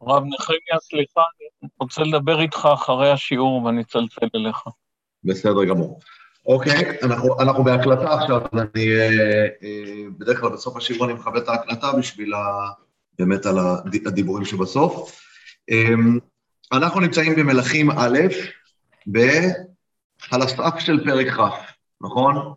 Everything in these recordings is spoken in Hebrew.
רב נחמיה, סליחה, אני רוצה לדבר איתך אחרי השיעור ואני אצלצל אליך. בסדר גמור. אוקיי, אנחנו בהקלטה עכשיו, אז אני בדרך כלל בסוף השיעור אני מכבד את ההקלטה בשביל באמת על הדיבורים שבסוף. אנחנו נמצאים במלכים א' על הסף של פרק כ', נכון?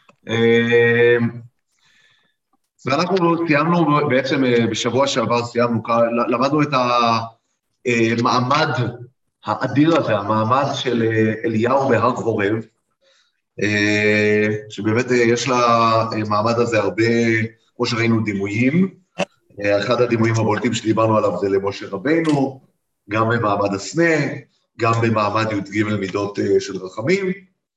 ואנחנו סיימנו בעצם בשבוע שעבר, למדנו את המעמד האדיר הזה, המעמד של אליהו בהר חורב, שבאמת יש למעמד הזה הרבה, כמו שראינו, דימויים. אחד הדימויים הבולטים שדיברנו עליו זה למשה רבינו, גם במעמד הסנה, גם במעמד י"ג מידות של רחמים.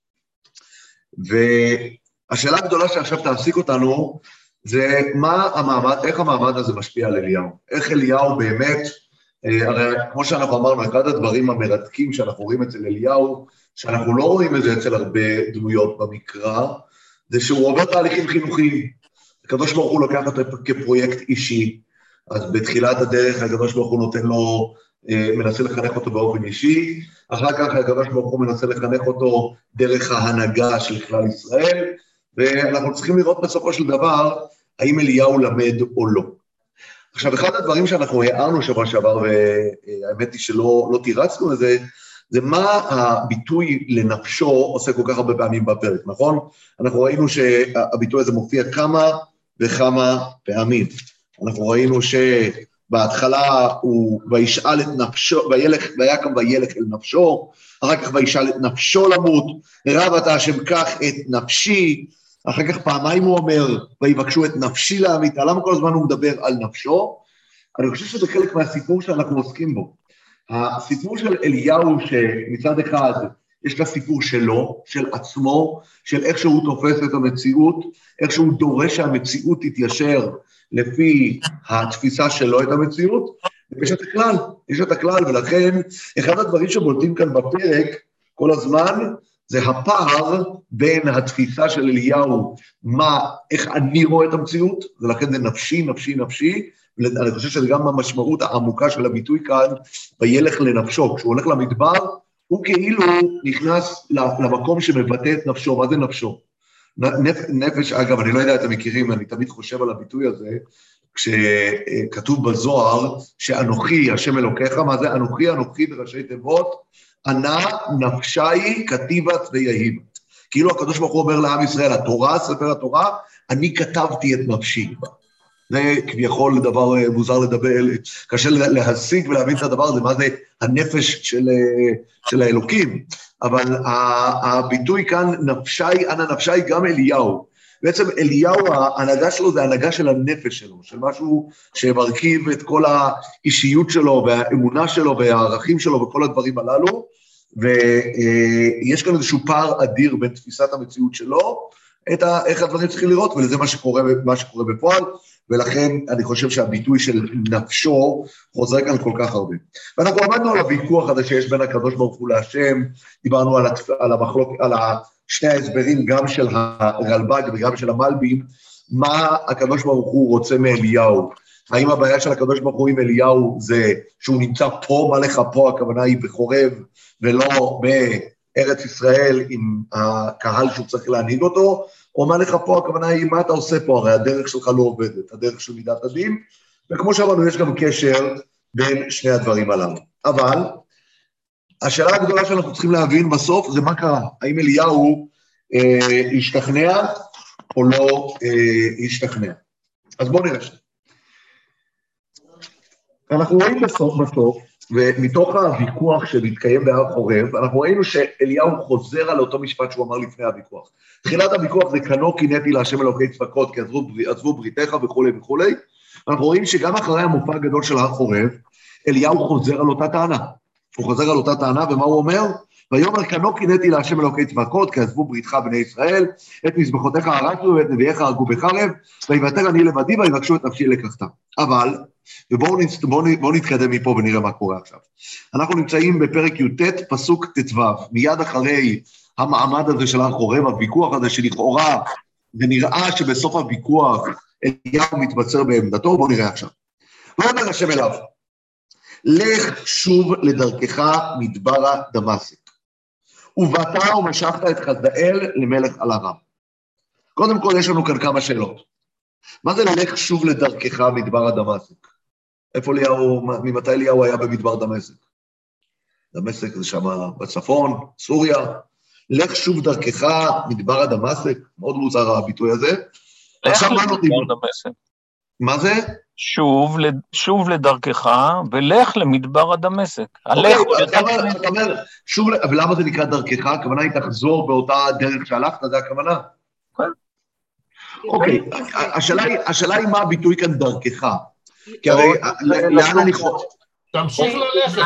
והשאלה הגדולה שעכשיו תעסיק אותנו, זה איך המעמד הזה משפיע על אליהו. איך אליהו באמת, הרי כמו שאנחנו אמרנו, אחד הדברים המרתקים שאנחנו רואים אצל אליהו, שאנחנו לא רואים את זה אצל הרבה דמויות במקרא, זה שהוא עובר תהליכים חינוכיים. הקדוש ברוך הוא לוקח אותו כפרויקט אישי, אז בתחילת הדרך הקדוש ברוך הוא נותן לו, מנסה לחנך אותו באופן אישי, אחר כך הקדוש ברוך הוא מנסה לחנך אותו דרך ההנהגה של כלל ישראל, ואנחנו צריכים לראות בסופו של דבר, האם אליהו למד או לא. עכשיו, אחד הדברים שאנחנו הערנו שבוע שעבר, והאמת היא שלא תירצנו לזה, זה מה הביטוי לנפשו עושה כל כך הרבה פעמים בפרק, נכון? אנחנו ראינו שהביטוי הזה מופיע כמה וכמה פעמים. אנחנו ראינו שבהתחלה הוא וישאל את נפשו, ויקם וילך אל נפשו, אחר כך וישאל את נפשו למות, רב אתה השם כך את נפשי, אחר כך פעמיים הוא אומר, ויבקשו את נפשי להמיתה. למה כל הזמן הוא מדבר על נפשו? אני חושב שזה חלק מהסיפור שאנחנו עוסקים בו. הסיפור של אליהו שמצד אחד יש לה סיפור שלו, של עצמו, של איך שהוא תופס את המציאות, איך שהוא דורש שהמציאות תתיישר לפי התפיסה שלו את המציאות, יש את הכלל, ולכן אחד הדברים שבולטים כאן בפרק כל הזמן, זה הפער בין התפיסה של אליהו, איך אני רואה את המציאות, ולכן זה נפשי, נפשי, נפשי, ואני חושב שזה גם המשמעות העמוקה של הביטוי כאן, וילך לנפשו. כשהוא הולך למדבר, הוא כאילו נכנס למקום שמבטא את נפשו. מה זה נפשו? נפש, אגב, אני לא יודע, אתם מכירים, אני תמיד חושב על הביטוי הזה, כשכתוב בזוהר, שאנוכי, השם אלוקיך, מה זה אנוכי, אנוכי בראשי תיבות, ענה נפשי כתיבת ויהיבת. כאילו הקדוש ברוך הוא אומר לעם ישראל, התורה, ספר התורה, אני כתבתי את נפשי. זה כביכול דבר מוזר לדבר, קשה להשיג ולהבין את הדבר הזה, מה זה הנפש של האלוקים. אבל הביטוי כאן, נפשי, ענה נפשי, גם אליהו. בעצם אליהו, ההנהגה שלו זה ההנהגה של הנפש שלו, של משהו שמרכיב את כל האישיות שלו והאמונה שלו והערכים שלו וכל הדברים הללו, ויש כאן איזשהו פער אדיר בין תפיסת המציאות שלו, איך הדברים צריכים לראות, ולזה מה שקורה בפועל, ולכן אני חושב שהביטוי של נפשו חוזר כאן כל כך הרבה. ואנחנו עמדנו על הוויכוח הזה שיש בין הקדוש ברוך הוא להשם, דיברנו על המחלוק, על שני ההסברים, גם של הרלב"ג וגם של המלבים, מה הקדוש ברוך הוא רוצה מאליהו. האם הבעיה של הקדוש ברוך הוא עם אליהו זה שהוא נמצא פה, מה לך פה, הכוונה היא בחורב, ולא בארץ ישראל עם הקהל שהוא צריך להנהיג אותו, או מה לך פה, הכוונה היא מה אתה עושה פה, הרי הדרך שלך לא עובדת, הדרך של מידת הדין, וכמו שאמרנו, יש גם קשר בין שני הדברים הללו. אבל השאלה הגדולה שאנחנו צריכים להבין בסוף זה מה קרה, האם אליהו השתכנע או לא השתכנע. אז בואו נראה. אנחנו רואים בסוף, ומתוך הוויכוח שמתקיים בהר חורב, אנחנו ראינו שאליהו חוזר על אותו משפט שהוא אמר לפני הוויכוח. תחילת הוויכוח זה קנו קינאתי להשם אלוקי צבקות, כי עזבו בריתך וכו' וכו'. אנחנו רואים שגם אחרי המופע הגדול של הר חורב, אליהו חוזר על אותה טענה. הוא חוזר על אותה טענה, ומה הוא אומר? ויאמר קנו קינאתי להשם אלוקי צבקות, כי עזבו בריתך בני ישראל, את מזבחותיך הרסו ואת נביאיך הרגו בחרב, ויוותר אני לבדי ויבקשו את נפשי לקחתם. אבל, ובואו נתקדם מפה ונראה מה קורה עכשיו. אנחנו נמצאים בפרק י"ט, פסוק ט"ו, מיד אחרי המעמד הזה של הר חורב, הוויכוח הזה שלכאורה, ונראה שבסוף הוויכוח אליהו מתבצר בעמדתו, בואו נראה עכשיו. ויאמר השם אליו, לך שוב לדרכך מדברה דמשק, ובאת ומשכת את חזאל למלך על ארם. קודם כל, יש לנו כאן כמה שאלות. מה זה לך שוב לדרכך מדברה דמשק? איפה אליהו, ממתי אליהו היה במדבר דמשק? דמשק זה שם בצפון, סוריה. לך שוב דרכך מדבר דמשק, מאוד מוזר הביטוי הזה. לך למדבר דמשק. מה זה? שוב לדרכך, ולך למדבר דמשק. אוקיי, אתה אומר, שוב, ולמה זה נקרא דרכך? הכוונה היא תחזור באותה דרך שהלכת, זה הכוונה? כן. אוקיי, השאלה היא מה הביטוי כאן דרכך. כי הרי, לאן אני חושב? תמשיך ללכת.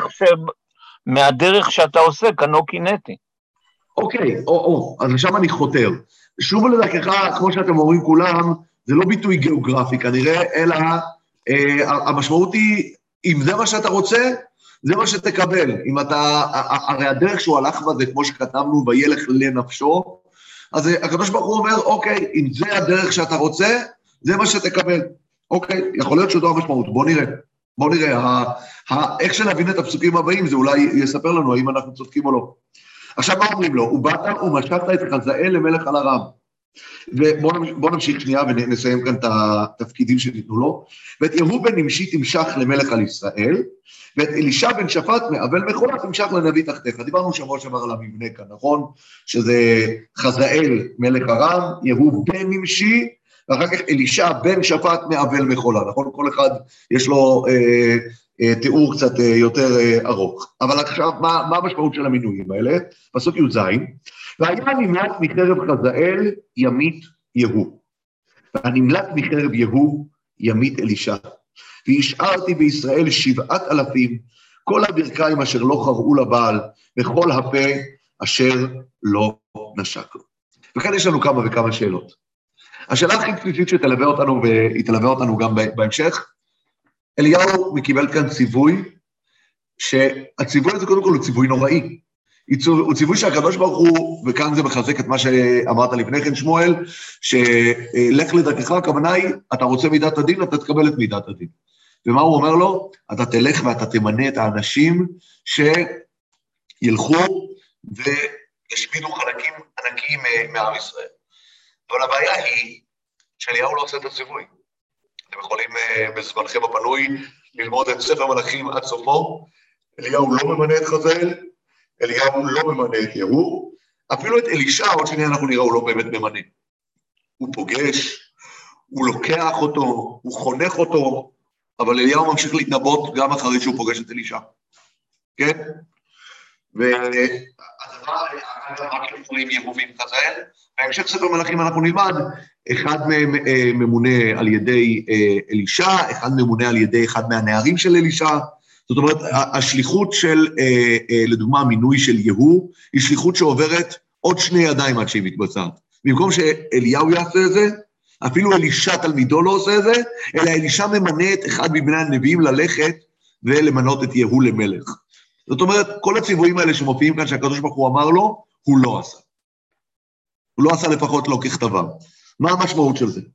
מהדרך שאתה עושה, כנו קינאתי. אוקיי, אז לשם אני חותר. שוב לדרכך, כמו שאתם אומרים כולם, זה לא ביטוי גיאוגרפי כנראה, אלא המשמעות היא, אם זה מה שאתה רוצה, זה מה שתקבל. אם אתה, הרי הדרך שהוא הלך בה זה כמו שכתבנו, וילך לנפשו, אז הקדוש ברוך הוא אומר, אוקיי, אם זה הדרך שאתה רוצה, זה מה שתקבל. אוקיי, יכול להיות שזו המשמעות, בוא נראה, איך שנבין את הפסוקים הבאים, זה אולי יספר לנו האם אנחנו צודקים או לא. עכשיו מה אומרים לו? ובאת ומשכת את חזאל למלך על ארם. ובואו נמשיך שנייה ונסיים כאן את התפקידים שניתנו לו. ואת יהוא בן נמשי תמשך למלך על ישראל, ואת אלישע בן שפט מאבל מחולה תמשך לנביא תחתיך. דיברנו שבוע שעבר על המבנה כאן, נכון? שזה חזאל מלך ארם, יהוא בן נמשי, ואחר כך אלישע בן שפט מאבל מחולה, נכון? כל אחד יש לו תיאור קצת יותר ארוך. אבל עכשיו, מה המשמעות של המינויים האלה? פסוק י"ז, והיה נמלט מחרב חזאל ימית יהוא, והנמלט מחרב יהוא ימית אלישע, והשארתי בישראל 7,000, כל הברכיים אשר לא חראו לבעל, וכל הפה אשר לא נשק לו. וכאן יש לנו כמה וכמה שאלות. השאלה הכי בסיסית שתלווה אותנו, והיא תלווה אותנו גם בהמשך, אליהו מקיבל כאן ציווי, שהציווי הזה קודם כל הוא ציווי נוראי. הוא ציווי שהקדוש ברוך הוא, וכאן זה מחזק את מה שאמרת לפני כן שמואל, שלך לדרכך, הכוונה היא, אתה רוצה מידת הדין, אתה תקבל את מידת הדין. ומה הוא אומר לו? אתה תלך ואתה תמנה את האנשים שילכו וישמידו חלקים ענקיים מעם ישראל. אבל הבעיה היא שאליהו לא עושה את הציווי. אתם יכולים בזמנכם הפנוי ללמוד את ספר מלכים עד סופו. אליהו לא ממנה את חזאל, אליהו לא ממנה את יהוא, אפילו את אלישע, עוד שנייה אנחנו נראה, הוא לא באמת ממנה. הוא פוגש, הוא לוקח אותו, הוא חונך אותו, אבל אליהו ממשיך להתנבאות גם אחרי שהוא פוגש את אלישע. כן? והדבר, רק לפעמים יהוא ועם חזאל, בהמשך ספר מלכים אנחנו נלמד, אחד מהם ממונה על ידי אלישע, אחד ממונה על ידי אחד מהנערים של אלישע, זאת אומרת, השליחות של, לדוגמה, המינוי של יהוא, היא שליחות שעוברת עוד 2 ידיים עד שהיא מתבצעת. במקום שאליהו יעשה את זה, אפילו אלישע תלמידו לא עושה את זה, אלא אלישע ממנה את אחד מבני הנביאים ללכת ולמנות את יהוא למלך. זאת אומרת, כל הציוויים האלה שמופיעים כאן שהקדוש ברוך הוא אמר לו, הוא לא עשה. הוא לא עשה לפחות לא ככתבם. מה המשמעות של זה?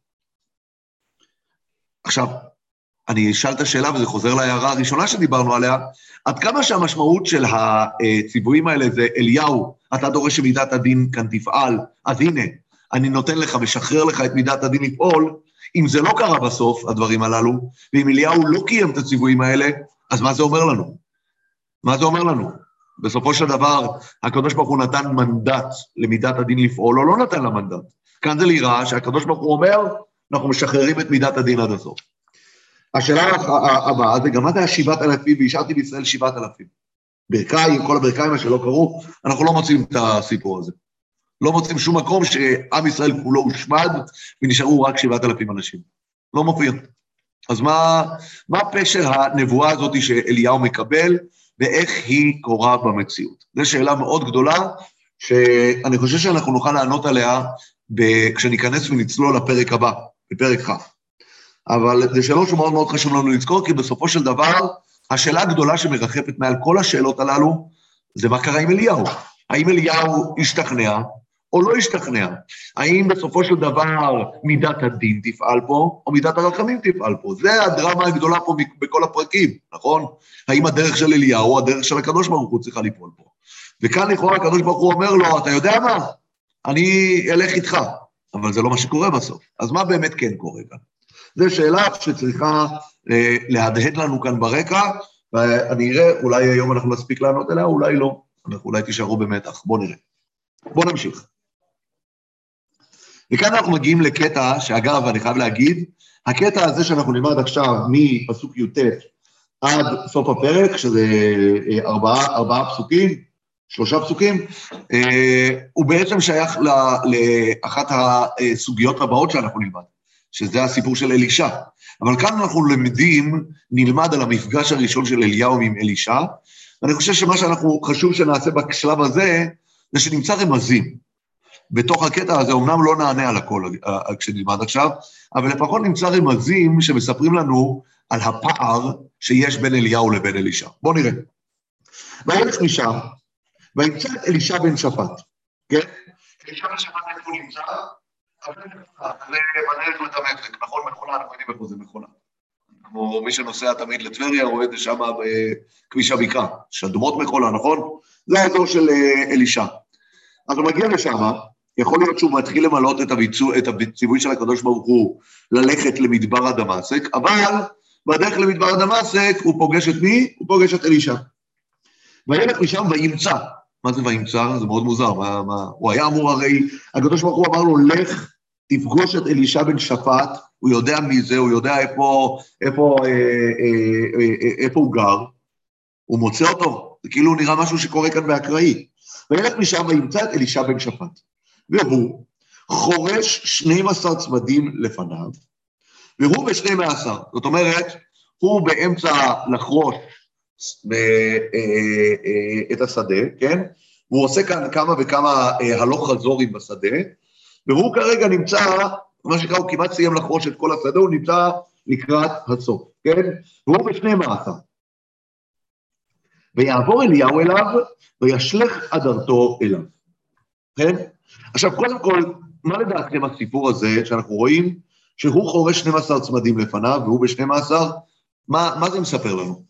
עכשיו, אני אשאל את השאלה, וזה חוזר להערה הראשונה שדיברנו עליה, עד כמה שהמשמעות של הציוויים האלה זה אליהו, אתה דורש שמידת הדין כאן תפעל, אז הנה, אני נותן לך, משחרר לך את מידת הדין לפעול, אם זה לא קרה בסוף, הדברים הללו, ואם אליהו לא קיים את הציוויים האלה, אז מה זה אומר לנו? מה זה אומר לנו? בסופו של דבר, הקדוש ברוך הוא נתן מנדט למידת הדין לפעול, או לא נתן לה מנדט. כאן זה ליראה שהקדוש ברוך הוא אומר, אנחנו משחררים את מידת הדין עד הסוף. השאלה הבאה, זה גם מה זה 7,000, והשארתי בישראל 7,000. ברכיים, כל הברכיים שלא קראו, אנחנו לא מוצאים את הסיפור הזה. לא מוצאים שום מקום שעם ישראל כולו הושמד, ונשארו רק 7,000 אנשים. לא מופיע. אז מה פשר הנבואה הזאת שאליהו מקבל, ואיך היא קורה במציאות? זו שאלה מאוד גדולה, שאני חושב שאנחנו נוכל לענות עליה, כשניכנס ונצלול לפרק הבא, בפרק כ'. אבל זה שאלות שמאוד מאוד חשוב לנו לזכור, כי בסופו של דבר, השאלה הגדולה שמרחפת מעל כל השאלות הללו, זה מה קרה עם אליהו. האם אליהו השתכנע, או לא ישתכנע? האם בסופו של דבר מידת הדין תפעל פה, או מידת הרחמים תפעל פה? זה הדרמה הגדולה פה בכל הפרקים, נכון? האם הדרך של אליהו, או הדרך של הקדוש ברוך הוא צריכה לפעול פה? וכאן לכאורה הקדוש ברוך הוא אומר לו, אתה יודע מה? אני אלך איתך, אבל זה לא מה שקורה בסוף. אז מה באמת כן קורה כאן? זו שאלה שצריכה להדהד לנו כאן ברקע, ואני אראה, אולי היום אנחנו נספיק לענות אליה, אולי לא. אנחנו אולי תישארו במתח, בואו נראה. בואו נמשיך. וכאן אנחנו מגיעים לקטע, שאגב, אני חייב להגיד, הקטע הזה שאנחנו נלמד עכשיו מפסוק י"ט עד סוף הפרק, שזה 4 פסוקים, 3 פסוקים, הוא בעצם שייך לאחת הסוגיות הבאות שאנחנו נלמד, שזה הסיפור של אלישע. אבל כאן אנחנו נלמד על המפגש הראשון של אליהו עם אלישע, ואני חושב שמה שאנחנו חשוב שנעשה בשלב הזה, זה שנמצא רמזים. בתוך הקטע הזה, אמנם לא נענה על הכל כשנלמד עכשיו, אבל לפחות נמצא רמזים שמספרים לנו על הפער שיש בין אליהו לבין אלישע. בואו נראה. וילך משם, וימצא את אלישע בן שפט, כן? אלישע בן שפט איפה הוא נמצא? זה בדרך לדמשק, נכון? מכונה, אנחנו יודעים איפה זה מכונה. כמו מי שנוסע תמיד לטבריה, רואה את זה שם בכביש הבקעה, שדומות מכונה, נכון? זה האזור של אלישע. אז הוא מגיע לשם, יכול להיות שהוא מתחיל למלות את הציווי של הקדוש ברוך הוא ללכת למדבר הדמשק, אבל בדרך למדבר הדמשק הוא פוגש את מי? הוא פוגש את אלישע. וילך משם וימצא. מה זה וימצא? זה מאוד מוזר. הוא היה אמור הרי, הקדוש ברוך הוא אמר לו, לך תפגוש את אלישע בן שפט, הוא יודע מי זה, הוא יודע איפה הוא גר, הוא מוצא אותו, זה כאילו נראה משהו שקורה כאן באקראי. וילך משם וימצא את אלישע בן שפט, והוא חורש 12 צמדים לפניו, והוא ב-12, זאת אומרת, הוא באמצע לחרוש את השדה, כן? והוא עושה כאן כמה וכמה הלוך חזורים בשדה, והוא כרגע נמצא, מה שקרה, הוא כמעט סיים לחרוש את כל השדה, הוא נמצא לקראת הסוף, כן? והוא ב-12. ויעבור אליהו אליו, וישלך אדרתו אליו. כן? עכשיו, קודם כל, מה לדעתכם הסיפור הזה, שאנחנו רואים שהוא חורש 12 צמדים לפניו, והוא ב-12, מה זה מספר לנו?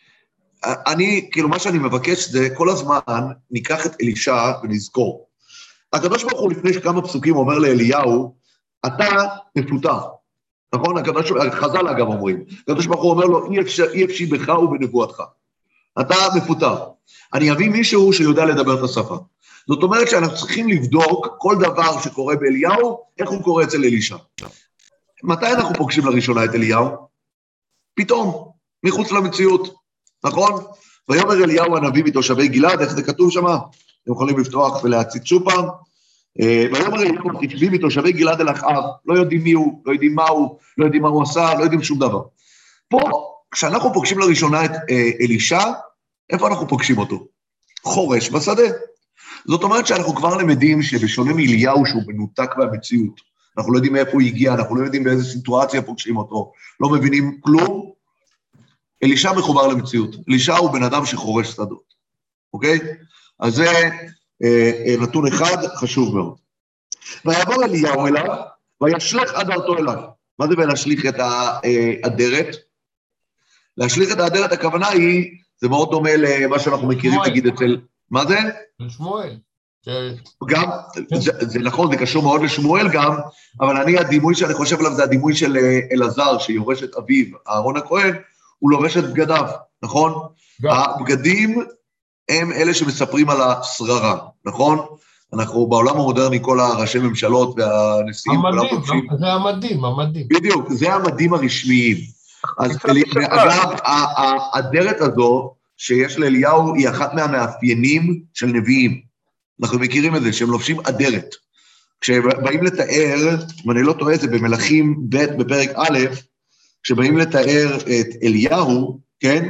כאילו, מה שאני מבקש זה, כל הזמן ניקח את אלישע ונזכור. הקדוש ברוך הוא לפני כמה פסוקים אומר לאליהו, אתה מפוטר. נכון? חז"ל אגב אומרים. הקדוש ברוך הוא אומר לו, אי אפשי בך ובנבואתך. אתה מפוטר. אני אביא מישהו שיודע לדבר את השפה. זאת אומרת שאנחנו צריכים לבדוק כל דבר שקורה באליהו, איך הוא קורה אצל אלישע. מתי אנחנו פוגשים לראשונה את אליהו? פתאום, מחוץ למציאות, נכון? ויאמר אליהו הנביא מתושבי גלעד, איך זה כתוב שם? אתם יכולים לפתוח ולהציץ שוב פעם. ויאמר אליהו תשבי מתושבי גלעד אל אחאב, לא יודעים מי הוא, לא יודעים מה הוא, לא יודעים מה הוא עשה, לא יודעים שום דבר. פה, כשאנחנו פוגשים לראשונה את אלישע, איפה אנחנו פוגשים אותו? חורש בשדה. זאת אומרת שאנחנו כבר למדים שבשונה מאליהו שהוא מנותק מהמציאות, אנחנו לא יודעים מאיפה הוא הגיע, אנחנו לא יודעים באיזה סיטואציה פוגשים אותו, לא מבינים כלום, אלישע מחובר למציאות. אלישע הוא בן אדם שחורש שדות, אוקיי? אז זה נתון אחד חשוב מאוד. ויעבור אליהו אליו, וישלך אדרתו אליו. מה זה להשליך את האדרת? להשליך את האדרת, הכוונה היא, זה מאוד דומה למה שאנחנו מכירים, נגיד אצל, מה זה? שמואל. גם, זה נכון, זה קשור מאוד לשמואל גם, אבל הדימוי שאני חושב עליו זה הדימוי של אלעזר, שיורש את אביו, אהרון הכהן, הוא לובש את בגדיו, נכון? הבגדים הם אלה שמספרים על השררה, נכון? אנחנו בעולם המודרני, כל הראשי ממשלות והנשיאים, המדים, זה המדים. בדיוק, זה המדים הרשמיים. אז אגב, האדרת הזו שיש לאליהו היא אחת מהמאפיינים של נביאים. אנחנו מכירים את זה, שהם לובשים אדרת. כשבאים לתאר, אם אני לא טועה, זה במלכים ב' בפרק א', כשבאים לתאר את אליהו, כן?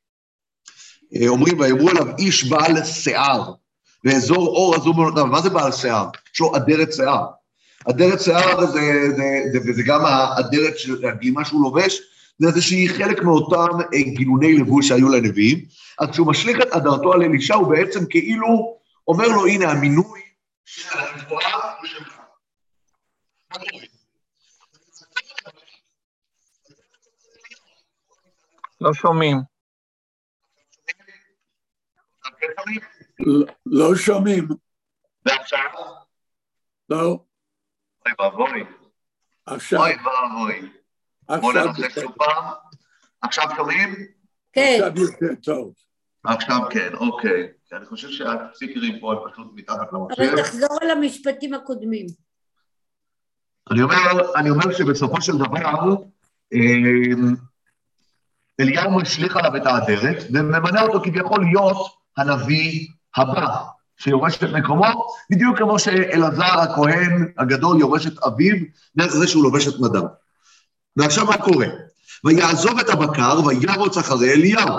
אומרים, ויאמרו עליו איש בעל שיער, ואזור אור עזוב בנותיו. מה זה בעל שיער? יש לו אדרת שיער. אדרת שיער זה גם האדרת של הגלימה שהוא לובש, זה איזושהי חלק מאותם גילוני לבוש שהיו לנביאים. אז כשהוא משליך את אדרתו על אלישע, הוא בעצם כאילו אומר לו, הנה המינוי של הרפואה לא שומעים. לא שומעים. ועכשיו? לא. אוי ואבוי. עכשיו. אוי ואבוי. בוא ננסה שוב פעם. עכשיו שומעים? כן. עכשיו יותר טוב. עכשיו כן, אוקיי. אני חושב שהספיקרים פה הם פשוט מתחת למחשב. אבל תחזור על המשפטים הקודמים. אני אומר שבסופו של דבר, אליהו משליך עליו את האדרת, וממנה אותו כביכול להיות הנביא הבא, שיורש את מקומו, בדיוק כמו שאלעזר הכהן הגדול יורש את אביו, דרך זה שהוא לובש את מדיו. ועכשיו מה קורה? ויעזוב את הבקר וירוץ אחרי אליהו.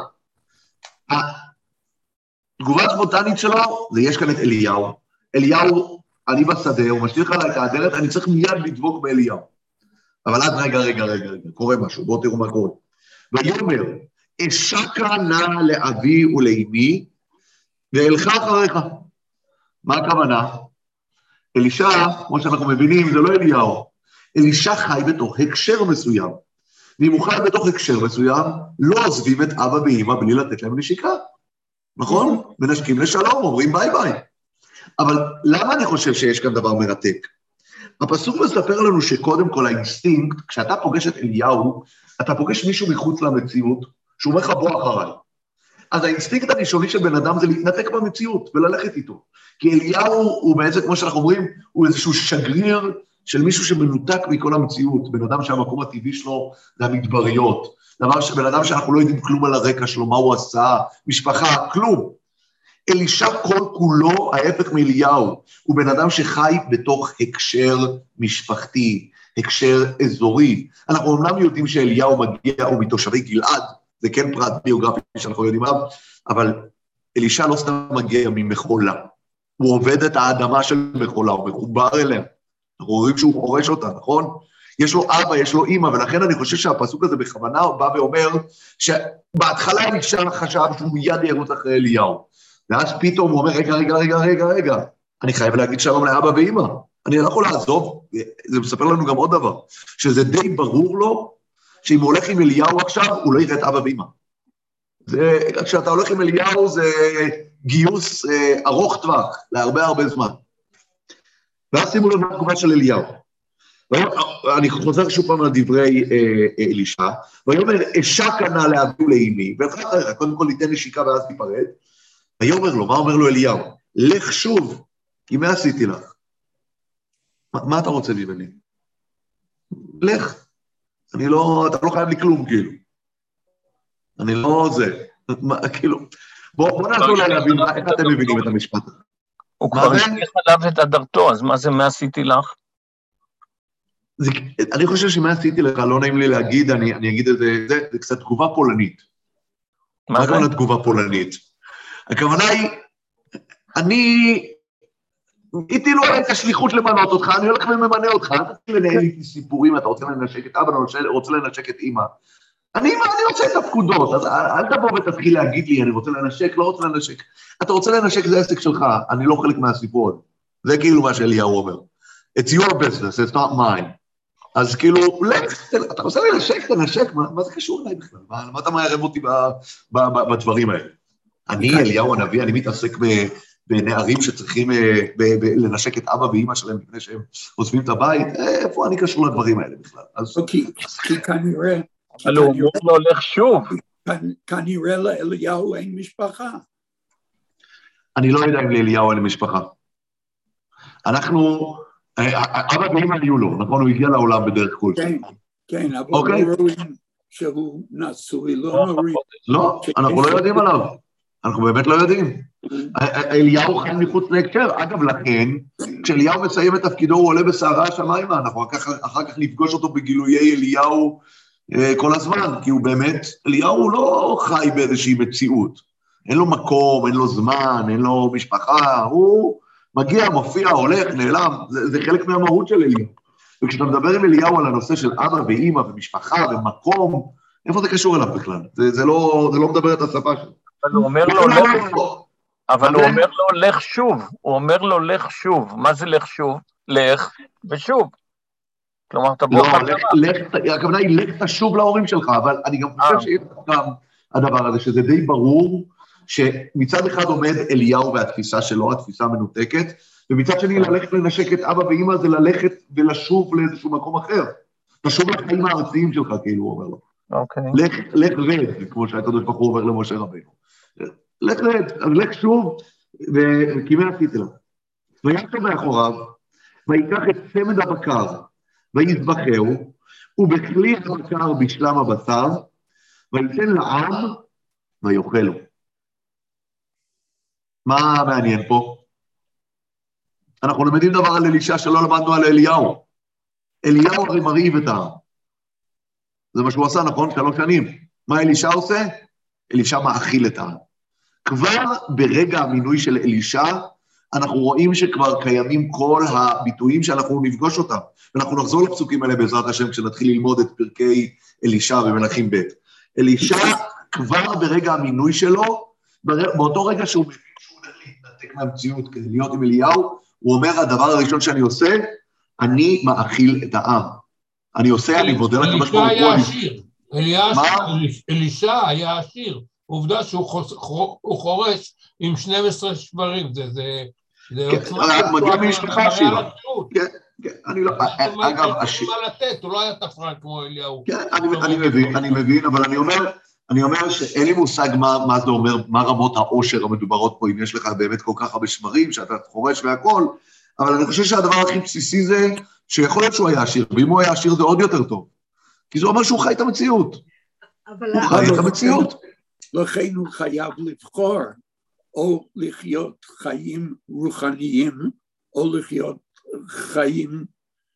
התגובה הספונטנית שלו, זה יש כאן את אליהו. אליהו, אני בשדה, הוא משליך עליי את האדרת, אני צריך מיד לדבוק באליהו. אבל עד רגע, קורה משהו, בואו תראו מה קורה. ויאמר, אשקה נא לאבי ולאמי, ואלך אחריך. מה הכוונה? אלישע, כמו שאנחנו מבינים, זה לא אליהו. אלישע חי בתוך הקשר מסוים. ואם הוא חי בתוך הקשר מסוים, לא עוזבים את אבא ואמא בלי לתת להם נשיקה. נכון? מנשקים לשלום, אומרים ביי ביי. אבל למה אני חושב שיש כאן דבר מרתק? הפסוק מספר לנו שקודם כל האינסטינקט, כשאתה פוגש את אליהו, אתה פוגש מישהו מחוץ למציאות, שהוא אומר לך בוא אחריי. אז האינסטינקט הראשוני של בן אדם זה להתנתק במציאות וללכת איתו. כי אליהו הוא בעצם, כמו שאנחנו אומרים, הוא איזשהו שגריר של מישהו שמנותק מכל המציאות, בן אדם שהמקום הטבעי שלו זה המדבריות, בן אדם שאנחנו לא יודעים כלום על הרקע שלו, מה הוא עשה, משפחה, כלום. אלישע כל כולו ההפך מאליהו, הוא בן אדם שחי בתוך הקשר משפחתי, הקשר אזורי. אנחנו אומנם יודעים שאליהו מגיע, הוא מתושבי גלעד, זה כן פרט ביוגרפי שאנחנו יודעים עליו, אבל אלישע לא סתם מגיע ממחולה, הוא עובד את האדמה של מחולה, הוא מחובר אליה, אנחנו רואים שהוא חורש אותה, נכון? יש לו אבא, יש לו אמא, ולכן אני חושב שהפסוק הזה בכוונה בא ואומר, שבהתחלה אלישע חשב שהוא מיד ירוץ אחרי אליהו, ואז פתאום הוא אומר, רגע, אני חייב להגיד שלום לאבא ואמא, אני לא יכול לעזוב, זה מספר לנו גם עוד דבר, שזה די ברור לו, שאם הוא הולך עם אליהו עכשיו, הוא לא יראה את אבא ואמא. כשאתה הולך עם אליהו זה גיוס ארוך טווח, להרבה זמן. ואז שימו לנו התגובה של אליהו. אני חוזר שוב פעם על דברי אלישע, ויאמר אשקה נא לאבי ולאמי, קודם כל ניתן נשיקה ואז תיפרד, ויאמר לו, מה אומר לו אליהו? לך שוב, כי מה עשיתי לך? מה אתה רוצה ממני? לך. אתה לא חייב לי כלום, כאילו. אני לא זה. כאילו, בואו נעזור להבין, איך אתם מבינים את המשפט? הוא כבר השליך עליו את אדרתו, אז מה זה מה עשיתי לך? אני חושב שמה עשיתי לך, לא נעים לי להגיד, אני אגיד את זה, זה קצת תגובה פולנית. מה הכוונה תגובה פולנית? הכוונה היא, איתי לא הייתה שליחות למנות אותך, אני הולך וממנה אותך, אתה צריך לנהל איתי סיפורים, אתה רוצה לנשק את אבא, אני רוצה לנשק את אמא. אני רוצה את הפקודות, אז אל תבוא ותתחיל להגיד לי, אני רוצה לנשק, לא רוצה לנשק. אתה רוצה לנשק, זה עסק שלך, אני לא חלק מהסיפור. זה כאילו מה שאליהו אומר. It's your business, it's not mine. אז כאילו, אתה רוצה לנשק, תנשק, מה זה קשור אליי בכלל? מה אתה מערב אותי בדברים האלה? אני, אליהו הנביא, אני מתעסק בנערים שצריכים לנשק את אבא ואמא שלהם לפני שהם עוזבים את הבית, איפה אני קשור לדברים האלה בכלל? כי כנראה... אבל הוא אומר לו הולך שוב. כנראה לאליהו אין משפחה. אני לא יודע אם לאליהו אין משפחה. אבא ואמא היו לו, נכון? הוא הגיע לעולם בדרך כלשהי. כן, אבל לא רואים שהוא נשוי, לא רואים. לא, אנחנו לא יודעים עליו. אנחנו באמת לא יודעים. אליהו חי מחוץ להקשר. אגב, לכן, כשאליהו מסיים את תפקידו, הוא עולה בסערה השמיימה, אנחנו אחר כך נפגוש אותו בגילויי אליהו כל הזמן, כי הוא באמת, אליהו לא חי באיזושהי מציאות. אין לו מקום, אין לו זמן, אין לו משפחה, הוא מגיע, מופיע, הולך, נעלם, זה חלק מהמהות של אליהו. וכשאתה מדבר עם אליהו על הנושא של אבא ואמא ומשפחה ומקום, איפה זה קשור אליו בכלל? זה לא מדבר את השפה שלו. אבל הוא אומר לו, לך שוב. הוא אומר לו, לך שוב. מה זה לך שוב? לך ושוב. כלומר, תבוא הכוונה היא לך תשוב להורים שלך, אבל אני גם חושב שיש גם הדבר הזה, שזה די ברור, שמצד אחד עומד אליהו והתפיסה שלו, התפיסה המנותקת, ומצד שני ללכת לנשק את אבא ואמא זה ללכת ולשוב לאיזשהו מקום אחר. תשוב לחיים הארציים שלך, כאילו הוא אומר לו. לך רד, כמו שהקדוש ברוך הוא אומר למשה רבינו. לך רד, לך שוב, וכימי עשיתי לו. ויעקב מאחוריו, ויקח את צמד הבקר, ויזבחהו, ובכלי הבקר בשלם הבשר, ויתן לעם, ויאכלו. מה מעניין פה? אנחנו למדים דבר על אלישע שלא למדנו על אליהו. אליהו הרי מרעיב את העם. זה מה שהוא עשה, נכון? 3 שנים. מה אלישע עושה? אלישע מאכיל את העם. כבר ברגע המינוי של אלישע, אנחנו רואים שכבר קיימים כל הביטויים שאנחנו נפגוש אותם. ואנחנו נחזור לפסוקים האלה בעזרת השם כשנתחיל ללמוד את פרקי אלישע במלכים ב'. אלישע כבר ברגע המינוי שלו, באותו רגע שהוא מבין שהוא הולך להתנתק מהמציאות כדי להיות עם אליהו, הוא אומר, הדבר הראשון שאני עושה, אני מאכיל את העם. אני עושה, אני בודל לקדוש ברוך הוא. אלישע היה עשיר. עובדה שהוא חורש עם 12 שברים. זה מגיע ממשפחה עשירה. כן, אני לא, אגב, הוא לא היה תפרן כמו אליהו. כן, אני מבין, אבל אני אומר שאין לי מושג מה זה אומר, מה רמות העושר המדוברות פה, אם יש לך באמת כל כך הרבה שברים, שאתה חורש והכל, אבל אני חושב שהדבר הכי בסיסי זה, שיכול להיות שהוא היה עשיר, ואם הוא היה עשיר זה עוד יותר טוב. כי זה אומר שהוא חי את המציאות. הוא חי את המציאות. לכן הוא חייב לבחור, או לחיות חיים רוחניים, או לחיות חיים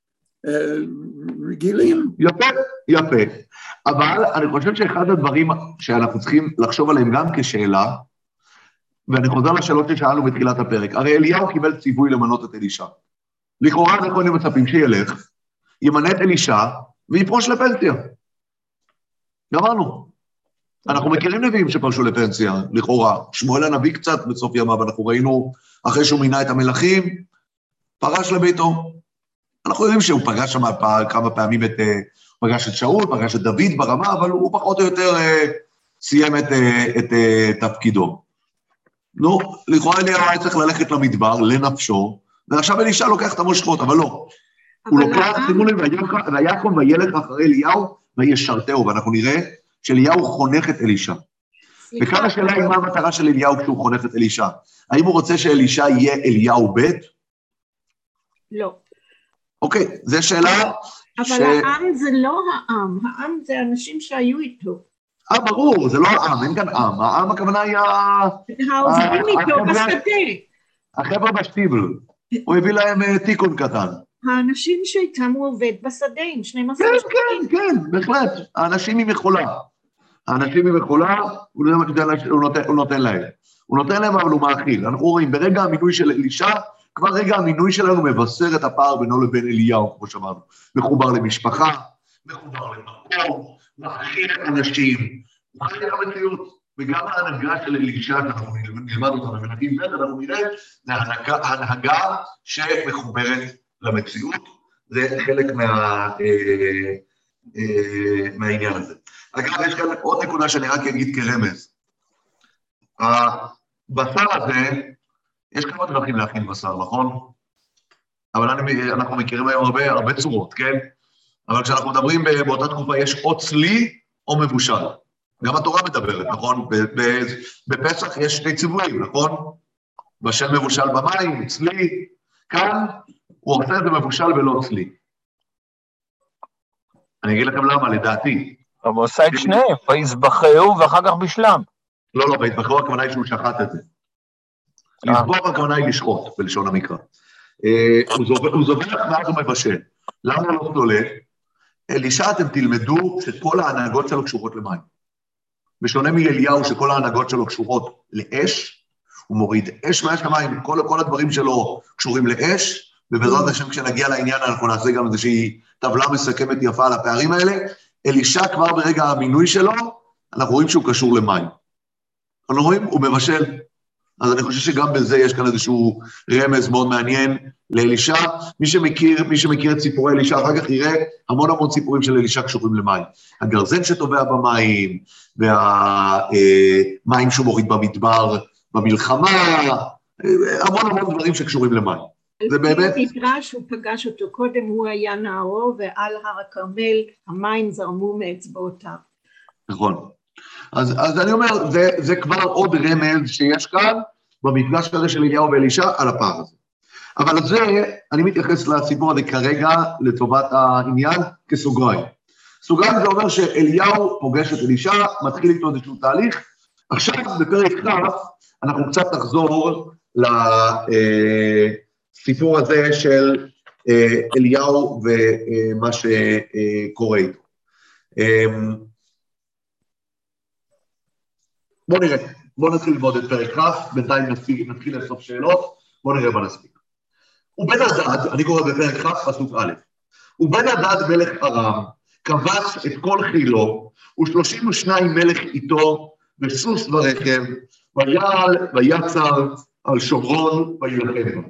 רגילים. יפה. אבל אני חושב שאחד הדברים שאנחנו צריכים לחשוב עליהם גם כשאלה, ואני חוזר לשאלות ששאלנו בתחילת הפרק, הרי אליהו קיבל ציווי למנות את אלישע. לכאורה אנחנו מצפים שילך, ימנה את אלישע, ויפרוש לפנסיה. גמרנו. אנחנו מכירים נביאים שפרשו לפנסיה, לכאורה. שמואל הנביא קצת בסוף ימיו, אנחנו ראינו, אחרי שהוא מינה את המלכים, פרש לביתו. אנחנו יודעים שהוא פגש שם כמה פעמים פגש את שאול, פגש את דוד ברמה, אבל הוא פחות או יותר סיים את תפקידו. נו, לכאורה אליהו היה צריך ללכת למדבר, לנפשו, ועכשיו אלישע לוקח את המושכות, אבל לא. הוא לוקח, שימו לב, ויקום וילך אחרי אליהו, וישרתהו, ואנחנו נראה שאליהו חונך את אלישע. וכאן השאלה היא מה המטרה של אליהו כשהוא חונך את אלישע. האם הוא רוצה שאלישע יהיה אליהו ב'? לא. אוקיי, זו שאלה אבל העם זה לא העם, העם זה אנשים שהיו איתו. ברור, זה לא העם, אין כאן עם. העם הכוונה היא העובדים איתו בשדה. החבר'ה בשטיבל. הוא הביא להם תיקון קטן. האנשים שאיתם הוא עובד בשדה עם 12 שנים. כן, בהחלט. האנשים ממחולה. האנשים ממחולה, הוא נותן להם. הוא נותן להם, אבל הוא מאכיל. אנחנו רואים, ברגע המינוי של אלישע, כבר רגע המינוי שלנו מבשר את הפער בינו לבין אליהו, כמו שאמרנו. מחובר למשפחה, מחובר למקום, מאכיל אנשים, מאכיל המציאות. וגם ההנהגה של אלישע, אנחנו נלמד אותה במלכים ב', אנחנו נראה, זה ההנהגה שמחוברת למציאות, זה חלק מהעניין הזה. אגב, יש כאן עוד נקודה שאני רק אגיד כרמז. הבשר הזה, יש כמה דרכים להכין בשר, נכון? אבל אנחנו מכירים היום הרבה צורות, כן? אבל כשאנחנו מדברים באותה תקופה, יש או צלי או מבושל. גם התורה מדברת, נכון? בפסח יש 2 ציוויים, נכון? בשל מבושל במים, צלי, כאן הוא עושה את זה מבושל ולא צלי. אני אגיד לכם למה, לדעתי. אבל הוא עושה את שניהם, ויזבחהו ואחר כך בשלם. לא, ויזבחהו הכוונה היא שהוא שחט את זה. לזבוח הכוונה היא לשחוט, בלשון המקרא. הוא זובח ואז הוא מבשל. למה לא צולה? אלישע אתם תלמדו שכל ההנהגות שלו קשורות למים. בשונה מאליהו שכל ההנהגות שלו קשורות לאש, הוא מוריד אש מהאש למים, כל הדברים שלו קשורים לאש, ובעזרת השם כשנגיע לעניין אנחנו נעשה גם איזושהי טבלה מסכמת יפה על הפערים האלה. אלישע כבר ברגע המינוי שלו, אנחנו רואים שהוא קשור למים. אנחנו רואים, הוא מבשל. אז אני חושב שגם בזה יש כאן איזשהו רמז מאוד מעניין לאלישע. מי שמכיר את סיפורי אלישע, אחר כך יראה המון סיפורים של אלישע קשורים למים. הגרזן שטובע במים, והמים שהוא מוריד במדבר, במלחמה, המון דברים שקשורים למים. זה באמת... במקרא שהוא פגש אותו קודם, הוא היה נערו, ועל הר הכרמל המים זרמו מאצבעותיו. נכון. אז אני אומר, זה כבר עוד רמז שיש כאן, במפגש הזה של אליהו ואלישע, על הפער הזה. אבל על זה, אני מתייחס לסיפור הזה כרגע, לטובת העניין, כסוגריים. סוגריים זה אומר שאליהו פוגש את אלישע, מתחיל איתו איזשהו תהליך, עכשיו בפרק כ' אנחנו קצת נחזור לסיפור הזה של אליהו ומה שקורה איתו. בואו נראה, בואו נתחיל ללמוד את פרק כ', בינתיים נתחיל לסוף שאלות, בואו נראה מה נספיק. ובן הדד, אני קורא בפרק כ' פסוק א', ובן הדד מלך ארם, כבש את כל חילו, ו32 מלך איתו, בסוס ורכב, ויעל ויצר על שומרון וילחם.